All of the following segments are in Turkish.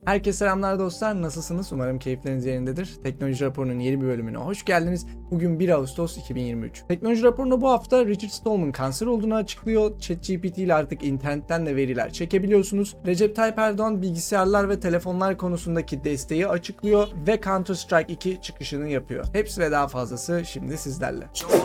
Herkese selamlar dostlar. Nasılsınız? Umarım keyifleriniz yerindedir. Teknoloji Raporu'nun yeni bir bölümüne hoş geldiniz. Bugün 1 Ağustos 2023. Teknoloji Raporu'nda bu hafta Richard Stallman kanser olduğunu açıklıyor. ChatGPT ile artık internetten de veriler çekebiliyorsunuz. Recep Tayyip Erdoğan bilgisayarlar ve telefonlar konusundaki desteği açıklıyor ve Counter Strike 2 çıkışını yapıyor. Hepsi ve daha fazlası şimdi sizlerle.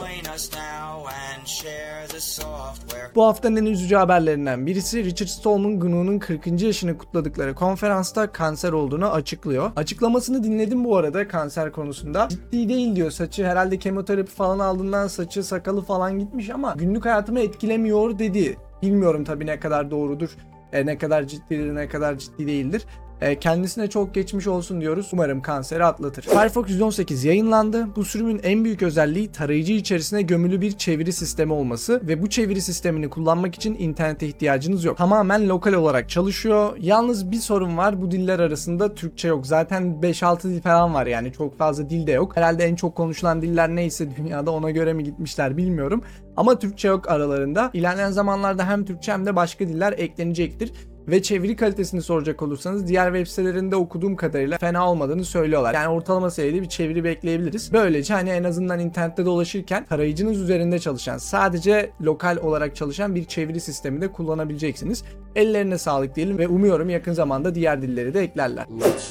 Bu haftanın en üzücü haberlerinden birisi Richard Stallman Gnu'nun 40. yaşını kutladıkları konferansta kanser olduğunu açıklıyor. Açıklamasını dinledim bu arada kanser konusunda. Ciddi değil diyor, saçı herhalde kemoterapi falan aldığından saçı sakalı falan gitmiş ama günlük hayatımı etkilemiyor dedi. Bilmiyorum tabii ne kadar doğrudur, ne kadar ciddidir, ne kadar ciddi değildir. Kendisine çok geçmiş olsun diyoruz. Umarım kanseri atlatır. Firefox 118 yayınlandı. Bu sürümün en büyük özelliği tarayıcı içerisine gömülü bir çeviri sistemi olması ve bu çeviri sistemini kullanmak için internete ihtiyacınız yok. Tamamen lokal olarak çalışıyor. Yalnız bir sorun var. Bu diller arasında Türkçe yok. Zaten 5-6 dil falan var, yani çok fazla dil de yok. Herhalde en çok konuşulan diller neyse dünyada ona göre mi gitmişler bilmiyorum. Ama Türkçe yok aralarında. İlerleyen zamanlarda hem Türkçe hem de başka diller eklenecektir. Ve çeviri kalitesini soracak olursanız diğer web sitelerinde okuduğum kadarıyla fena olmadığını söylüyorlar. Yani ortalama seviyede bir çeviri bekleyebiliriz. Böylece hani en azından internette dolaşırken tarayıcınız üzerinde çalışan, sadece lokal olarak çalışan bir çeviri sistemi de kullanabileceksiniz. Ellerine sağlık diyelim ve umuyorum yakın zamanda diğer dilleri de eklerler.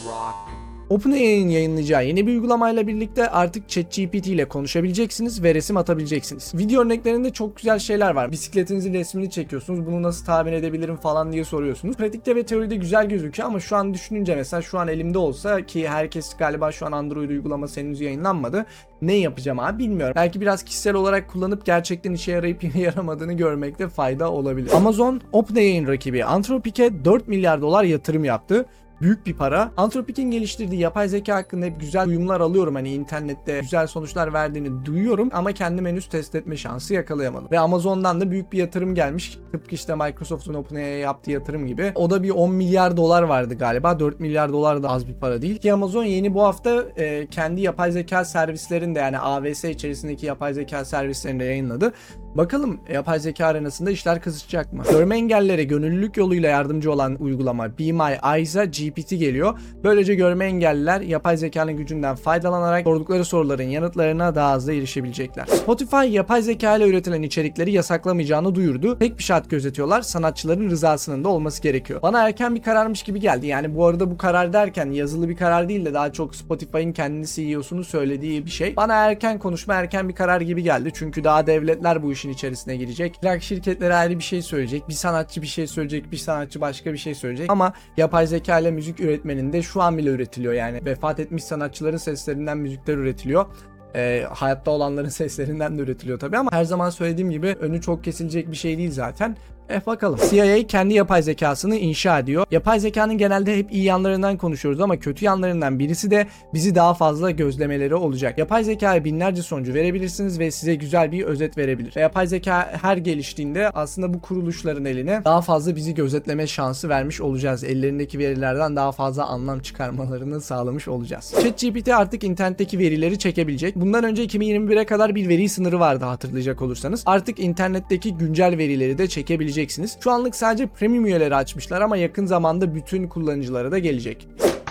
OpenAI'nin yayınlayacağı yeni bir uygulamayla birlikte artık ChatGPT ile konuşabileceksiniz ve resim atabileceksiniz. Video örneklerinde çok güzel şeyler var. Bisikletinizin resmini çekiyorsunuz, bunu nasıl tahmin edebilirim falan diye soruyorsunuz. Pratikte ve teoride güzel gözüküyor ama şu an düşününce, mesela şu an elimde olsa, ki herkes galiba şu an Android uygulaması henüz yayınlanmadı, ne yapacağım abi bilmiyorum. Belki biraz kişisel olarak kullanıp gerçekten işe yarayıp yaramadığını görmekte fayda olabilir. Amazon, OpenAI'nin rakibi Anthropic'e 4 milyar dolar yatırım yaptı. Büyük bir para. Anthropic'in geliştirdiği yapay zeka hakkında hep güzel duyumlar alıyorum. Hani internette güzel sonuçlar verdiğini duyuyorum ama kendim henüz test etme şansı yakalayamadım. Ve Amazon'dan da büyük bir yatırım gelmiş. Tıpkı işte Microsoft'un OpenAI'ye yaptığı yatırım gibi. O da bir 10 milyar dolar vardı galiba. 4 milyar dolar da az bir para değil. Ki Amazon yeni bu hafta kendi yapay zeka servislerini de, yani AWS içerisindeki yapay zeka servislerini de yayınladı. Bakalım yapay zeka arenasında işler kızışacak mı? Görme engellilere gönüllülük yoluyla yardımcı olan uygulama Be My Eyes'a GPT geliyor. Böylece görme engelliler yapay zekanın gücünden faydalanarak sordukları soruların yanıtlarına daha hızlı erişebilecekler. Spotify yapay zeka ile üretilen içerikleri yasaklamayacağını duyurdu. Tek bir şart gözetiyorlar: sanatçıların rızasının da olması gerekiyor. Bana erken bir kararmış gibi geldi. Yani bu arada bu karar derken yazılı bir karar değil de daha çok Spotify'ın kendi CEO'sunu söylediği bir şey. Bana erken konuşma, erken bir karar gibi geldi. Çünkü daha devletler bu işin içerisine girecek. Plak şirketleri ayrı bir şey söyleyecek. Bir sanatçı bir şey söyleyecek. Bir sanatçı başka bir şey söyleyecek. Ama yapay zeka ile müzik üretmeninde şu an bile üretiliyor yani. Vefat etmiş sanatçıların seslerinden müzikler üretiliyor. Hayatta olanların seslerinden de üretiliyor tabii ama her zaman söylediğim gibi önü çok kesilecek bir şey değil zaten. Bakalım. CIA kendi yapay zekasını inşa ediyor. Yapay zekanın genelde hep iyi yanlarından konuşuyoruz ama kötü yanlarından birisi de bizi daha fazla gözlemeleri olacak. Yapay zekaya binlerce sonucu verebilirsiniz ve size güzel bir özet verebilir. Yapay zeka her geliştiğinde aslında bu kuruluşların eline daha fazla bizi gözetleme şansı vermiş olacağız. Ellerindeki verilerden daha fazla anlam çıkarmalarını sağlamış olacağız. ChatGPT artık internetteki verileri çekebilecek. Bundan önce 2021'e kadar bir veri sınırı vardı, hatırlayacak olursanız. Artık internetteki güncel verileri de çekebileceksiniz. Şu anlık sadece premium üyeleri açmışlar ama yakın zamanda bütün kullanıcılara da gelecek.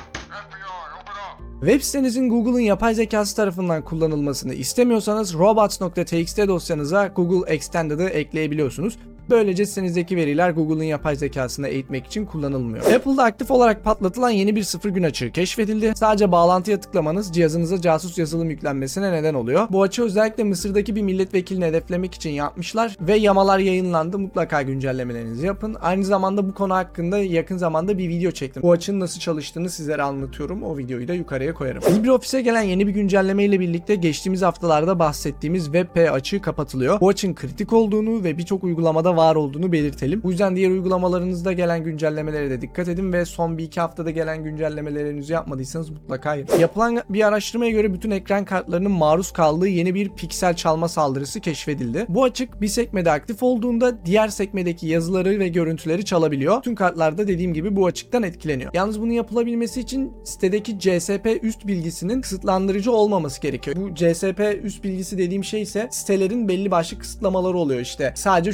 Web sitenizin Google'ın yapay zekası tarafından kullanılmasını istemiyorsanız robots.txt dosyanıza Google Extended'ı ekleyebiliyorsunuz. Böylece sitenizdeki veriler Google'ın yapay zekasını eğitmek için kullanılmıyor. Apple'da aktif olarak patlatılan yeni bir 0 gün açığı keşfedildi. Sadece bağlantıya tıklamanız cihazınıza casus yazılım yüklenmesine neden oluyor. Bu açığı özellikle Mısır'daki bir milletvekilini hedeflemek için yapmışlar ve yamalar yayınlandı. Mutlaka güncellemelerinizi yapın. Aynı zamanda bu konu hakkında yakın zamanda bir video çektim. Bu açığın nasıl çalıştığını sizlere anlatıyorum. O videoyu da yukarıya koyarım. LibreOffice'e gelen yeni bir güncelleme ile birlikte geçtiğimiz haftalarda bahsettiğimiz WebP açığı kapatılıyor. Bu açığın kritik olduğunu ve birçok uygulamada var olduğunu belirtelim. Bu yüzden diğer uygulamalarınızda gelen güncellemelere de dikkat edin ve son 1-2 haftada gelen güncellemeleri henüz yapmadıysanız mutlaka yapın. Yapılan bir araştırmaya göre bütün ekran kartlarının maruz kaldığı yeni bir piksel çalma saldırısı keşfedildi. Bu açık bir sekmede aktif olduğunda diğer sekmedeki yazıları ve görüntüleri çalabiliyor. Tüm kartlarda dediğim gibi bu açıktan etkileniyor. Yalnız bunun yapılabilmesi için sitedeki CSP üst bilgisinin kısıtlandırıcı olmaması gerekiyor. Bu CSP üst bilgisi dediğim şey ise sitelerin belli başlı kısıtlamaları oluyor işte. Sadece şu site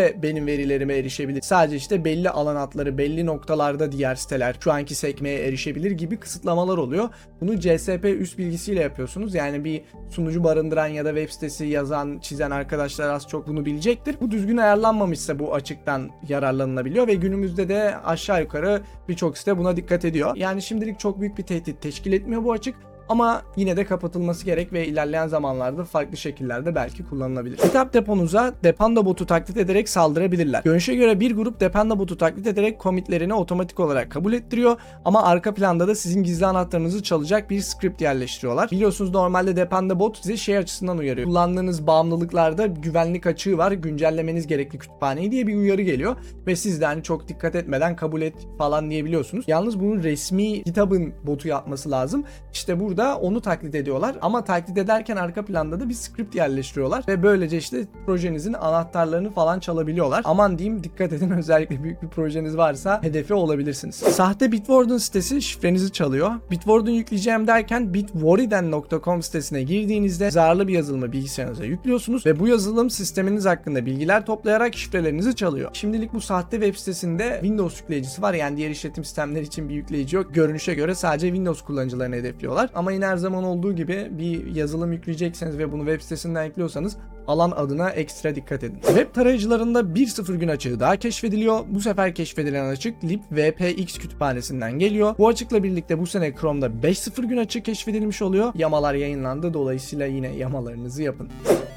de benim verilerime erişebilir. Sadece işte belli alan adları, belli noktalarda diğer siteler şu anki sekmeye erişebilir gibi kısıtlamalar oluyor. Bunu CSP üst bilgisiyle yapıyorsunuz. Yani bir sunucu barındıran ya da web sitesi yazan, çizen arkadaşlar az çok bunu bilecektir. Bu düzgün ayarlanmamışsa bu açıktan yararlanılabiliyor ve günümüzde de aşağı yukarı birçok site buna dikkat ediyor. Yani şimdilik çok büyük bir tehdit teşkil etmiyor bu açık. Ama yine de kapatılması gerek ve ilerleyen zamanlarda farklı şekillerde belki kullanılabilir. Kitap deponuza Depanda botu taklit ederek saldırabilirler. Görünüşe göre bir grup Depanda botu taklit ederek commitlerini otomatik olarak kabul ettiriyor ama arka planda da sizin gizli anahtarınızı çalacak bir script yerleştiriyorlar. Biliyorsunuz normalde Depanda bot size şey açısından uyarıyor. Kullandığınız bağımlılıklarda güvenlik açığı var, güncellemeniz gerekli kütüphaneyi diye bir uyarı geliyor ve siz de hani çok dikkat etmeden kabul et falan diyebiliyorsunuz. Yalnız bunun resmi kitabın botu yapması lazım. İşte burada onu taklit ediyorlar ama taklit ederken arka planda da bir script yerleştiriyorlar ve böylece işte projenizin anahtarlarını falan çalabiliyorlar. Aman diyeyim, dikkat edin, özellikle büyük bir projeniz varsa hedefi olabilirsiniz. Sahte Bitwarden sitesi şifrenizi çalıyor. Bitwarden yükleyeceğim derken bitwarden.com sitesine girdiğinizde zararlı bir yazılımı bilgisayarınıza yüklüyorsunuz ve bu yazılım sisteminiz hakkında bilgiler toplayarak şifrelerinizi çalıyor. Şimdilik bu sahte web sitesinde Windows yükleyicisi var, yani diğer işletim sistemleri için bir yükleyici yok. Görünüşe göre sadece Windows kullanıcılarını hedefliyorlar. Ama yine her zaman olduğu gibi bir yazılım yükleyecekseniz ve bunu web sitesinden ekliyorsanız alan adına ekstra dikkat edin. Web tarayıcılarında 1.0 gün açığı daha keşfediliyor. Bu sefer keşfedilen açık libvpx kütüphanesinden geliyor. Bu açıkla birlikte bu sene Chrome'da 5.0 gün açığı keşfedilmiş oluyor. Yamalar yayınlandı, dolayısıyla yine yamalarınızı yapın.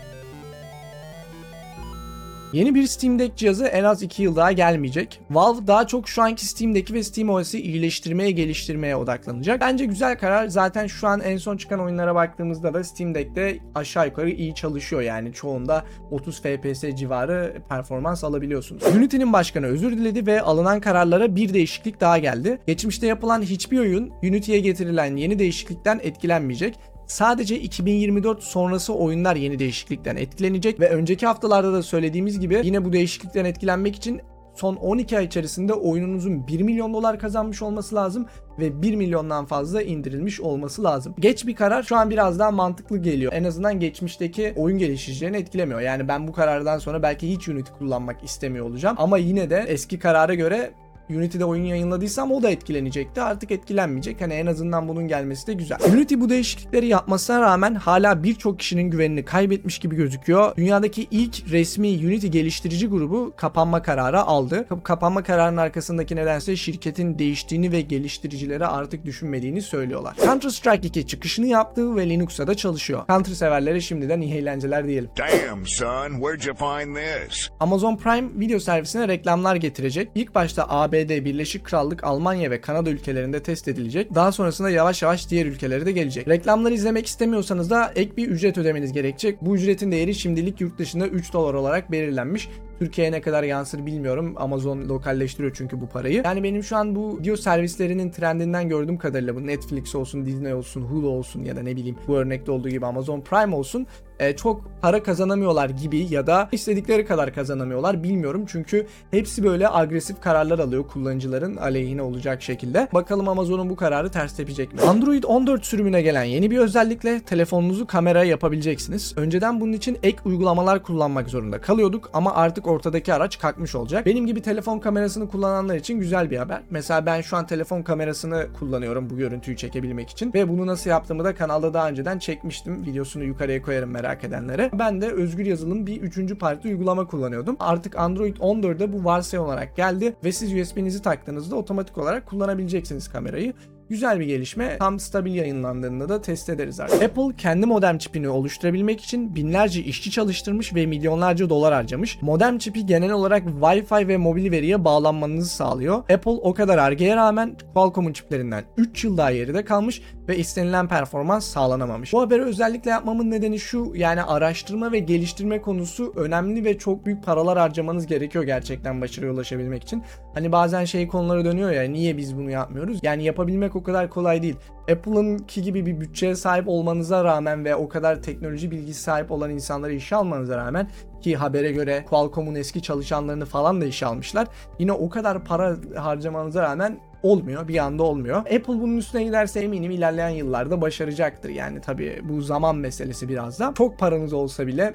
Yeni bir Steam Deck cihazı en az 2 yıl daha gelmeyecek. Valve daha çok şu anki Steam Deck'i ve SteamOS'i iyileştirmeye, geliştirmeye odaklanacak. Bence güzel karar. Zaten şu an en son çıkan oyunlara baktığımızda da Steam Deck'te aşağı yukarı iyi çalışıyor. Yani çoğunda 30 FPS civarı performans alabiliyorsunuz. Unity'nin başkanı özür diledi ve alınan kararlara bir değişiklik daha geldi. Geçmişte yapılan hiçbir oyun Unity'ye getirilen yeni değişiklikten etkilenmeyecek. Sadece 2024 sonrası oyunlar yeni değişiklikten etkilenecek ve önceki haftalarda da söylediğimiz gibi yine bu değişiklikten etkilenmek için son 12 ay içerisinde oyununuzun 1 milyon dolar kazanmış olması lazım ve 1 milyondan fazla indirilmiş olması lazım. Geç bir karar, şu an biraz daha mantıklı geliyor. En azından geçmişteki oyun geliştiricilerini etkilemiyor. Yani ben bu karardan sonra belki hiç Unity kullanmak istemiyor olacağım. Ama yine de eski karara göre Unity'de oyun yayınladıysam o da etkilenecekti. Artık etkilenmeyecek. Hani en azından bunun gelmesi de güzel. Unity bu değişiklikleri yapmasına rağmen hala birçok kişinin güvenini kaybetmiş gibi gözüküyor. Dünyadaki ilk resmi Unity geliştirici grubu kapanma kararı aldı. Kapanma kararının arkasındaki nedense şirketin değiştiğini ve geliştiricilere artık düşünmediğini söylüyorlar. Counter-Strike 2 çıkışını yaptı ve Linux'ta da çalışıyor. Counter severlere şimdiden iyi eğlenceler diyelim. Damn son, where'd you find this? Amazon Prime video servisine reklamlar getirecek. İlk başta ABD, Birleşik Krallık, Almanya ve Kanada ülkelerinde test edilecek. Daha sonrasında yavaş yavaş diğer ülkelere de gelecek. Reklamları izlemek istemiyorsanız da ek bir ücret ödemeniz gerekecek. Bu ücretin değeri şimdilik yurt dışında 3 dolar olarak belirlenmiş. Türkiye'ye ne kadar yansır bilmiyorum. Amazon lokalleştiriyor çünkü bu parayı. Yani benim şu an bu video servislerinin trendinden gördüğüm kadarıyla, bu Netflix olsun, Disney olsun, Hulu olsun ya da ne bileyim bu örnekte olduğu gibi Amazon Prime olsun, çok para kazanamıyorlar gibi ya da istedikleri kadar kazanamıyorlar, bilmiyorum. Çünkü hepsi böyle agresif kararlar alıyor kullanıcıların aleyhine olacak şekilde. Bakalım Amazon'un bu kararı ters tepecek mi? Android 14 sürümüne gelen yeni bir özellikle telefonunuzu kameraya yapabileceksiniz. Önceden bunun için ek uygulamalar kullanmak zorunda kalıyorduk ama artık ortadaki araç kalkmış olacak. Benim gibi telefon kamerasını kullananlar için güzel bir haber. Mesela ben şu an telefon kamerasını kullanıyorum bu görüntüyü çekebilmek için ve bunu nasıl yaptığımı da kanalda daha önceden çekmiştim. Videosunu yukarıya koyarım merak edenlere. Ben de özgür yazılım bir 3. parti uygulama kullanıyordum. Artık Android 14'de bu varsayım olarak geldi ve siz USB'nizi taktığınızda otomatik olarak kullanabileceksiniz kamerayı. Güzel bir gelişme. Tam stabil yayınlandığında da test ederiz artık. Apple kendi modem çipini oluşturabilmek için binlerce işçi çalıştırmış ve milyonlarca dolar harcamış. Modem çipi genel olarak Wi-Fi ve mobil veriye bağlanmanızı sağlıyor. Apple o kadar Ar-Ge'ye rağmen Qualcomm'un çiplerinden 3 yıl daha geride kalmış ve istenilen performans sağlanamamış. Bu haberi özellikle yapmamın nedeni şu: yani araştırma ve geliştirme konusu önemli ve çok büyük paralar harcamanız gerekiyor gerçekten başarıya ulaşabilmek için. Hani bazen konulara dönüyor ya, niye biz bunu yapmıyoruz? Yani yapabilmek o kadar kolay değil. Apple'ınki gibi bir bütçeye sahip olmanıza rağmen ve o kadar teknoloji bilgisi sahip olan insanları işe almanıza rağmen, ki habere göre Qualcomm'un eski çalışanlarını falan da işe almışlar, yine o kadar para harcamanıza rağmen olmuyor. Bir anda olmuyor. Apple bunun üstüne giderse eminim ilerleyen yıllarda başaracaktır. Yani tabii bu zaman meselesi biraz da. Çok paranız olsa bile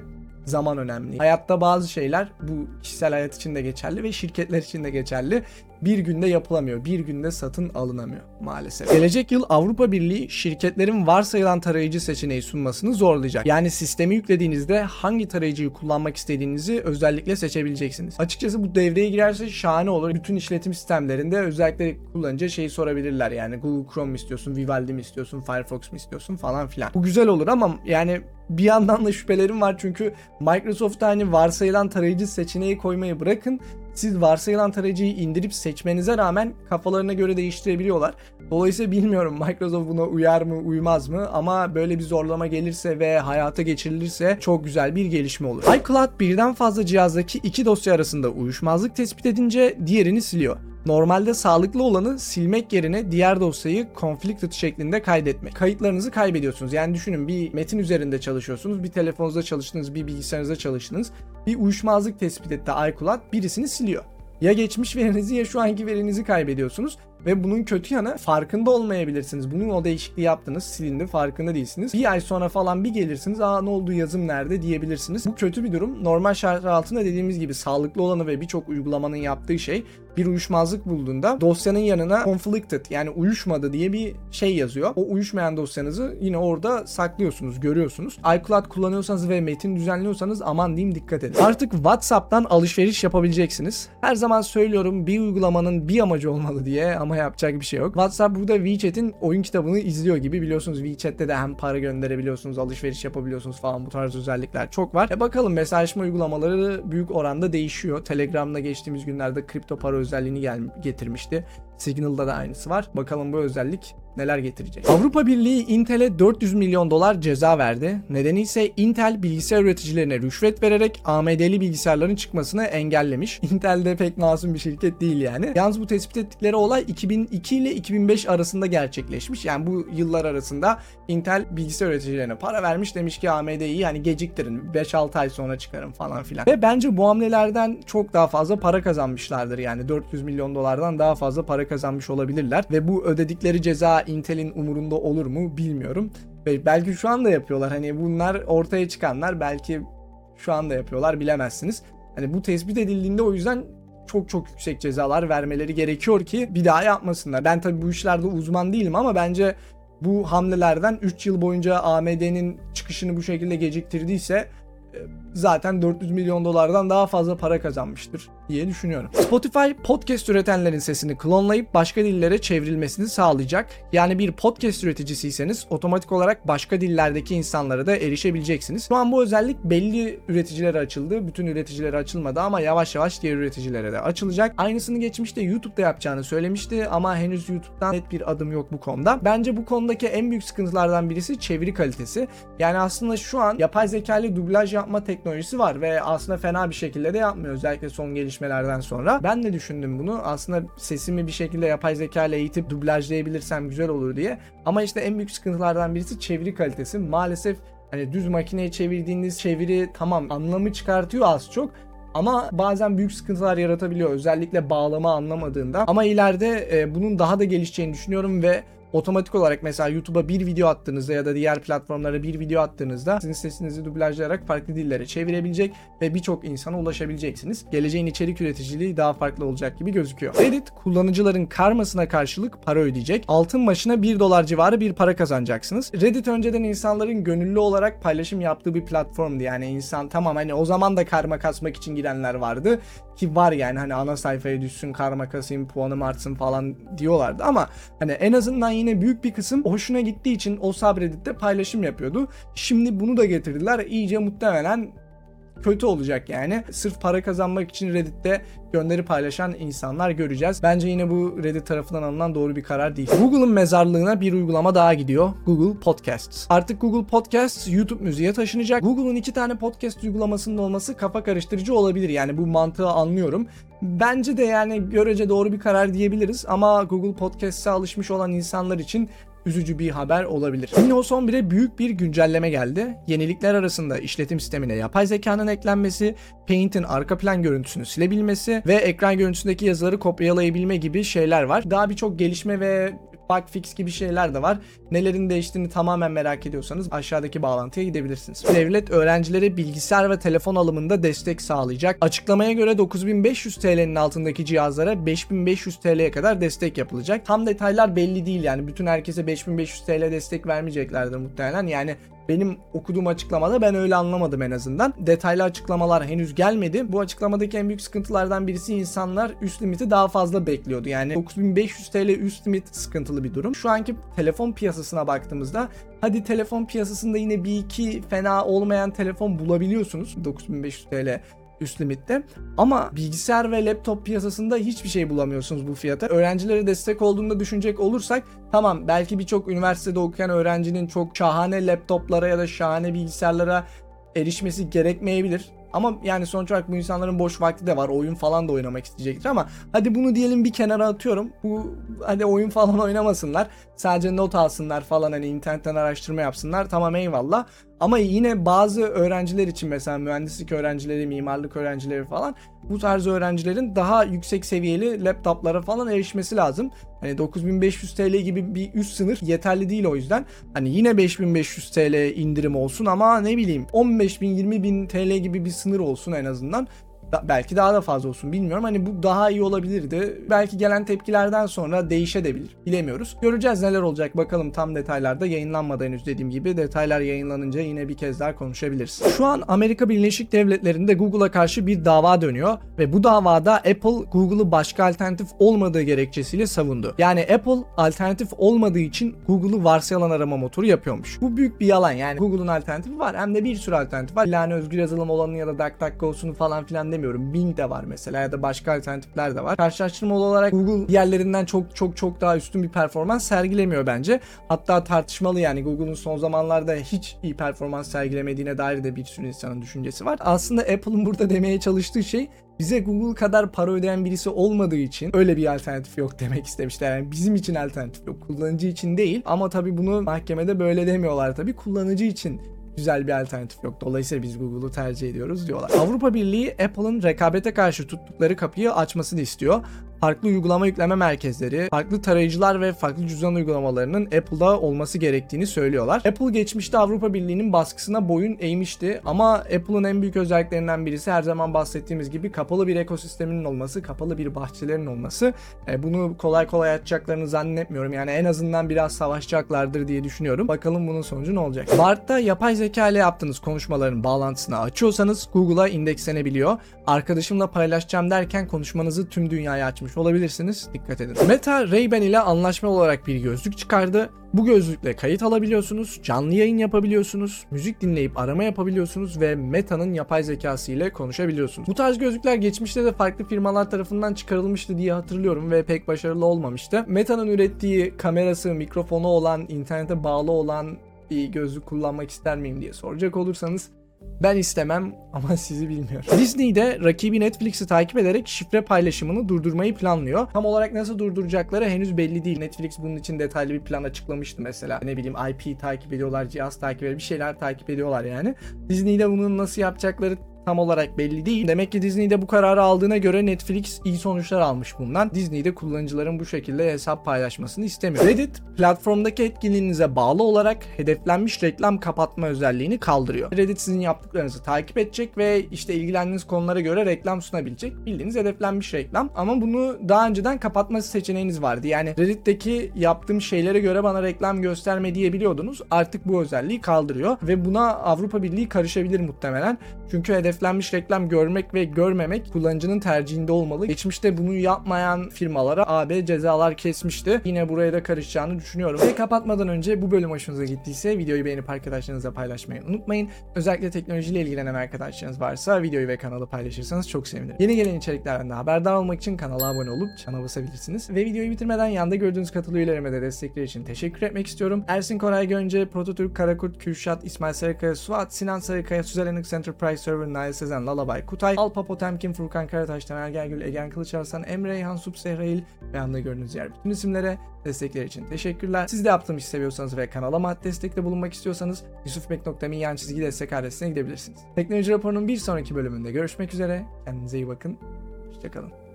zaman önemli. Hayatta bazı şeyler, bu kişisel hayat için de geçerli ve şirketler için de geçerli, bir günde yapılamıyor. Bir günde satın alınamıyor maalesef. Gelecek yıl Avrupa Birliği şirketlerin varsayılan tarayıcı seçeneği sunmasını zorlayacak. Yani sistemi yüklediğinizde hangi tarayıcıyı kullanmak istediğinizi özellikle seçebileceksiniz. Açıkçası bu devreye girerse şahane olur. Bütün işletim sistemlerinde özellikle kullanıcı şeyi sorabilirler. Yani Google Chrome mu istiyorsun, Vivaldi mi istiyorsun, Firefox mu istiyorsun falan filan. Bu güzel olur ama yani bir yandan da şüphelerim var çünkü Microsoft'ta hani varsayılan tarayıcı seçeneği koymayı bırakın. Siz varsayılan tarayıcıyı indirip seçmenize rağmen kafalarına göre değiştirebiliyorlar. Dolayısıyla bilmiyorum Microsoft buna uyar mı uymaz mı ama böyle bir zorlama gelirse ve hayata geçirilirse çok güzel bir gelişme olur. iCloud birden fazla cihazdaki iki dosya arasında uyuşmazlık tespit edince diğerini siliyor. Normalde sağlıklı olanı silmek yerine diğer dosyayı conflicted şeklinde kaydetmek. Kayıtlarınızı kaybediyorsunuz. Yani düşünün, bir metin üzerinde çalışıyorsunuz, bir telefonunuzda çalıştınız, bir bilgisayarınızda çalıştınız. Bir uyuşmazlık tespit etti iCloud, birisini siliyor. Ya geçmiş verinizi ya şu anki verinizi kaybediyorsunuz. Ve bunun kötü yanı, farkında olmayabilirsiniz. Bunun o değişikliği yaptınız, silindi, farkında değilsiniz. Bir ay sonra falan bir gelirsiniz, aa ne oldu, yazım nerede diyebilirsiniz. Bu kötü bir durum. Normal şartlar altında dediğimiz gibi sağlıklı olanı ve birçok uygulamanın yaptığı şey, bir uyuşmazlık bulduğunda dosyanın yanına conflicted yani uyuşmadı diye bir şey yazıyor. O uyuşmayan dosyanızı yine orada saklıyorsunuz, görüyorsunuz. iCloud kullanıyorsanız ve metin düzenliyorsanız aman diyeyim dikkat edin. Artık WhatsApp'tan alışveriş yapabileceksiniz. Her zaman söylüyorum, bir uygulamanın bir amacı olmalı diye ama yapacak bir şey yok. WhatsApp burada WeChat'in oyun kitabını izliyor gibi, biliyorsunuz WeChat'te de hem para gönderebiliyorsunuz, alışveriş yapabiliyorsunuz falan, bu tarz özellikler çok var. Bakalım, mesajlaşma uygulamaları büyük oranda değişiyor. Telegram'da geçtiğimiz günlerde kripto para özelliğini getirmişti. Signal'da da aynısı var. Bakalım bu özellik neler getirecek. Avrupa Birliği Intel'e 400 milyon dolar ceza verdi. Nedeni ise Intel bilgisayar üreticilerine rüşvet vererek AMD'li bilgisayarların çıkmasını engellemiş. Intel de pek masum bir şirket değil yani. Yalnız bu tespit ettikleri olay 2002 ile 2005 arasında gerçekleşmiş. Yani bu yıllar arasında Intel bilgisayar üreticilerine para vermiş, demiş ki AMD'yi yani geciktirin, 5-6 ay sonra çıkarın falan filan. Ve bence bu hamlelerden çok daha fazla para kazanmışlardır. Yani 400 milyon dolardan daha fazla para kazanmış olabilirler ve bu ödedikleri ceza Intel'in umurunda olur mu bilmiyorum. Ve belki şu anda yapıyorlar. Hani bunlar ortaya çıkanlar belki şu anda yapıyorlar, bilemezsiniz. Hani bu tespit edildiğinde o yüzden çok yüksek cezalar vermeleri gerekiyor ki bir daha yapmasınlar. Ben tabii bu işlerde uzman değilim ama bence bu hamlelerden 3 yıl boyunca AMD'nin çıkışını bu şekilde geciktirdiyse zaten 400 milyon dolardan daha fazla para kazanmıştır diye düşünüyorum. Spotify podcast üretenlerin sesini klonlayıp başka dillere çevrilmesini sağlayacak. Yani bir podcast üreticisiyseniz otomatik olarak başka dillerdeki insanlara da erişebileceksiniz. Şu an bu özellik belli üreticilere açıldı. Bütün üreticilere açılmadı ama yavaş yavaş diğer üreticilere de açılacak. Aynısını geçmişte YouTube'da yapacağını söylemişti ama henüz YouTube'dan net bir adım yok bu konuda. Bence bu konudaki en büyük sıkıntılardan birisi çeviri kalitesi. Yani aslında şu an yapay zekalı dublaj yapma teknolojisi var ve aslında fena bir şekilde de yapmıyor, özellikle son gelişmelerden sonra. Ben de düşündüm bunu. Aslında sesimi bir şekilde yapay zeka ile eğitip dublajlayabilirsem güzel olur diye. Ama işte en büyük sıkıntılardan birisi çeviri kalitesi. Maalesef hani düz makineye çevirdiğiniz çeviri tamam anlamı çıkartıyor az çok, ama bazen büyük sıkıntılar yaratabiliyor, özellikle bağlama anlamadığında. Ama ileride bunun daha da gelişeceğini düşünüyorum ve otomatik olarak mesela YouTube'a bir video attığınızda ya da diğer platformlara bir video attığınızda sizin sesinizi dublajlayarak farklı dillere çevirebilecek ve birçok insana ulaşabileceksiniz. Geleceğin içerik üreticiliği daha farklı olacak gibi gözüküyor. Reddit kullanıcıların karmasına karşılık para ödeyecek. Altın başına $1 civarı bir para kazanacaksınız. Reddit önceden insanların gönüllü olarak paylaşım yaptığı bir platformdu. Yani insan tamam hani o zaman da karma kasmak için girenler vardı ki var yani hani ana sayfaya düşsün, karma kasayım, puanım artsın falan diyorlardı ama hani en azından yine büyük bir kısım hoşuna gittiği için o subreddit'te paylaşım yapıyordu. Şimdi bunu da getirdiler. İyice muhtemelen kötü olacak yani. Sırf para kazanmak için Reddit'te gönderi paylaşan insanlar göreceğiz. Bence yine bu Reddit tarafından alınan doğru bir karar değil. Google'ın mezarlığına bir uygulama daha gidiyor. Google Podcasts. Artık Google Podcasts YouTube müziğe taşınacak. Google'un 2 tane podcast uygulamasının olması kafa karıştırıcı olabilir. Yani bu mantığı anlıyorum. Bence de yani görece doğru bir karar diyebiliriz ama Google Podcast'e alışmış olan insanlar için üzücü bir haber olabilir. Windows 11'e büyük bir güncelleme geldi. Yenilikler arasında işletim sistemine yapay zekanın eklenmesi, Paint'in arka plan görüntüsünü silebilmesi ve ekran görüntüsündeki yazıları kopyalayabilme gibi şeyler var. Daha birçok gelişme ve bug fix gibi şeyler de var. Nelerin değiştiğini tamamen merak ediyorsanız aşağıdaki bağlantıya gidebilirsiniz. Devlet öğrencilere bilgisayar ve telefon alımında destek sağlayacak. Açıklamaya göre 9500 TL'nin altındaki cihazlara 5500 TL'ye kadar destek yapılacak. Tam detaylar belli değil, yani bütün herkese 5500 TL destek vermeyeceklerdir muhtemelen. Yani benim okuduğum açıklamada ben öyle anlamadım en azından. Detaylı açıklamalar henüz gelmedi. Bu açıklamadaki en büyük sıkıntılardan birisi, insanlar üst limiti daha fazla bekliyordu. Yani 9500 TL üst limit sıkıntılı bir durum. Şu anki telefon piyasasına baktığımızda, hadi telefon piyasasında yine bir iki fena olmayan telefon bulabiliyorsunuz 9500 TL üst limitte. Ama bilgisayar ve laptop piyasasında hiçbir şey bulamıyorsunuz bu fiyata. Öğrencilere destek olduğunu düşünecek olursak, tamam, belki birçok üniversitede okuyan öğrencinin çok şahane laptoplara ya da şahane bilgisayarlara erişmesi gerekmeyebilir. Ama yani sonuç olarak bu insanların boş vakti de var. Oyun falan da oynamak isteyecektir ama hadi bunu diyelim bir kenara atıyorum. Hadi oyun falan oynamasınlar. Sadece not alsınlar falan, hani internetten araştırma yapsınlar. Tamam, eyvallah. Ama yine bazı öğrenciler için, mesela mühendislik öğrencileri, mimarlık öğrencileri falan, bu tarz öğrencilerin daha yüksek seviyeli laptoplara falan erişmesi lazım. Hani 9500 TL gibi bir üst sınır yeterli değil o yüzden. Hani yine 5500 TL indirim olsun ama ne bileyim 15.000 20.000 TL gibi bir sınır olsun en azından. Belki daha da fazla olsun, bilmiyorum. Hani bu daha iyi olabilirdi. Belki gelen tepkilerden sonra değişebilir. Bilemiyoruz. Göreceğiz neler olacak bakalım, tam detaylarda yayınlanmadan henüz, dediğim gibi. Detaylar yayınlanınca yine bir kez daha konuşabiliriz. Şu an Amerika Birleşik Devletleri'nde Google'a karşı bir dava dönüyor ve bu davada Apple Google'ı başka alternatif olmadığı gerekçesiyle savundu. Yani Apple alternatif olmadığı için Google'ı varsayılan arama motoru yapıyormuş. Bu büyük bir yalan. Yani Google'un alternatifi var, hem de bir sürü alternatif var. Yani özgür yazılım olanı ya da DuckDuckGo'sunu falan filan demiyorum. Bing de var mesela, ya da başka alternatifler de var. Karşılaştırmalı olarak Google diğerlerinden çok daha üstün bir performans sergilemiyor bence. Hatta tartışmalı, yani Google'un son zamanlarda hiç iyi performans sergilemediğine dair de bir sürü insanın düşüncesi var. Aslında Apple'ın burada demeye çalıştığı şey, bize Google kadar para ödeyen birisi olmadığı için öyle bir alternatif yok demek istemişler. Yani bizim için alternatif yok, kullanıcı için değil. Ama tabii bunu mahkemede böyle demiyorlar tabii. Kullanıcı için güzel bir alternatif yok. Dolayısıyla biz Google'u tercih ediyoruz diyorlar. Avrupa Birliği Apple'ın rekabete karşı tuttukları kapıyı açmasını istiyor. Farklı uygulama yükleme merkezleri, farklı tarayıcılar ve farklı cüzdan uygulamalarının Apple'da olması gerektiğini söylüyorlar. Apple geçmişte Avrupa Birliği'nin baskısına boyun eğmişti ama Apple'ın en büyük özelliklerinden birisi, her zaman bahsettiğimiz gibi, kapalı bir ekosisteminin olması, kapalı bir bahçelerinin olması. Bunu kolay kolay açacaklarını zannetmiyorum. Yani en azından biraz savaşacaklardır diye düşünüyorum. Bakalım bunun sonucu ne olacak? BART'ta yapay zeka ile yaptığınız konuşmaların bağlantısını açıyorsanız Google'a indekslenebiliyor. Arkadaşımla paylaşacağım derken konuşmanızı tüm dünyaya açmış olabilirsiniz. Dikkat edin. Meta, Ray-Ban ile anlaşma olarak bir gözlük çıkardı. Bu gözlükle kayıt alabiliyorsunuz, canlı yayın yapabiliyorsunuz, müzik dinleyip arama yapabiliyorsunuz ve Meta'nın yapay zekası ile konuşabiliyorsunuz. Bu tarz gözlükler geçmişte de farklı firmalar tarafından çıkarılmıştı diye hatırlıyorum ve pek başarılı olmamıştı. Meta'nın ürettiği, kamerası, mikrofonu olan, internete bağlı olan bir gözlük kullanmak ister miyim diye soracak olursanız, ben istemem ama sizi bilmiyorum. Disney de rakibi Netflix'i takip ederek şifre paylaşımını durdurmayı planlıyor. Tam olarak nasıl durduracakları henüz belli değil. Netflix bunun için detaylı bir plan açıklamıştı mesela. Ne bileyim, IP takip ediyorlar, cihaz takip ediyorlar, bir şeyler takip ediyorlar yani. Disney'de bunun nasıl yapacakları tam olarak belli değil. Demek ki Disney'de bu kararı aldığına göre Netflix iyi sonuçlar almış bundan. Disney'de kullanıcıların bu şekilde hesap paylaşmasını istemiyor. Reddit, platformdaki etkinliğinize bağlı olarak hedeflenmiş reklam kapatma özelliğini kaldırıyor. Reddit sizin yaptıklarınızı takip edecek ve işte ilgilendiğiniz konulara göre reklam sunabilecek. Bildiğiniz hedeflenmiş reklam. Ama bunu daha önceden kapatma seçeneğiniz vardı. Yani Reddit'teki yaptığım şeylere göre bana reklam gösterme diyebiliyordunuz. Artık bu özelliği kaldırıyor ve buna Avrupa Birliği karışabilir muhtemelen. Çünkü hedeflenmiş reklam görmek ve görmemek kullanıcının tercihinde olmalı. Geçmişte bunu yapmayan firmalara AB cezalar kesmişti. Yine buraya da karışacağını düşünüyorum. Ve kapatmadan önce, bu bölüm hoşunuza gittiyse videoyu beğenip arkadaşlarınızla paylaşmayı unutmayın. Özellikle teknolojiyle ilgilenen arkadaşlarınız varsa videoyu ve kanalı paylaşırsanız çok sevinirim. Yeni gelen içeriklerden de haberdar olmak için kanala abone olup çana basabilirsiniz. Ve videoyu bitirmeden yanda gördüğünüz katıl üyelerime de destekleri için teşekkür etmek istiyorum. Ersin Koray Gönce, Prototürk, Karakurt, Kürşat, İsmail Sarıkaya, Suat, Sinan Sarıkaya, Süzel Enix Enterprise Server, Nail Sezen, Lalabay, Kutay, Alpa Potemkin, Furkan Karataş, Taner Gergül, Egen Kılıçarslan, Emre Reyhan, Sup Sehrail ve anda gördüğünüz yer bütün isimlere destekleri için teşekkürler. Siz de yaptığım işi seviyorsanız ve kanala maddi destekte bulunmak istiyorsanız yusufmek.me/destek adresine gidebilirsiniz. Teknoloji Raporu'nun bir sonraki bölümünde görüşmek üzere. Kendinize iyi bakın. Hoşçakalın.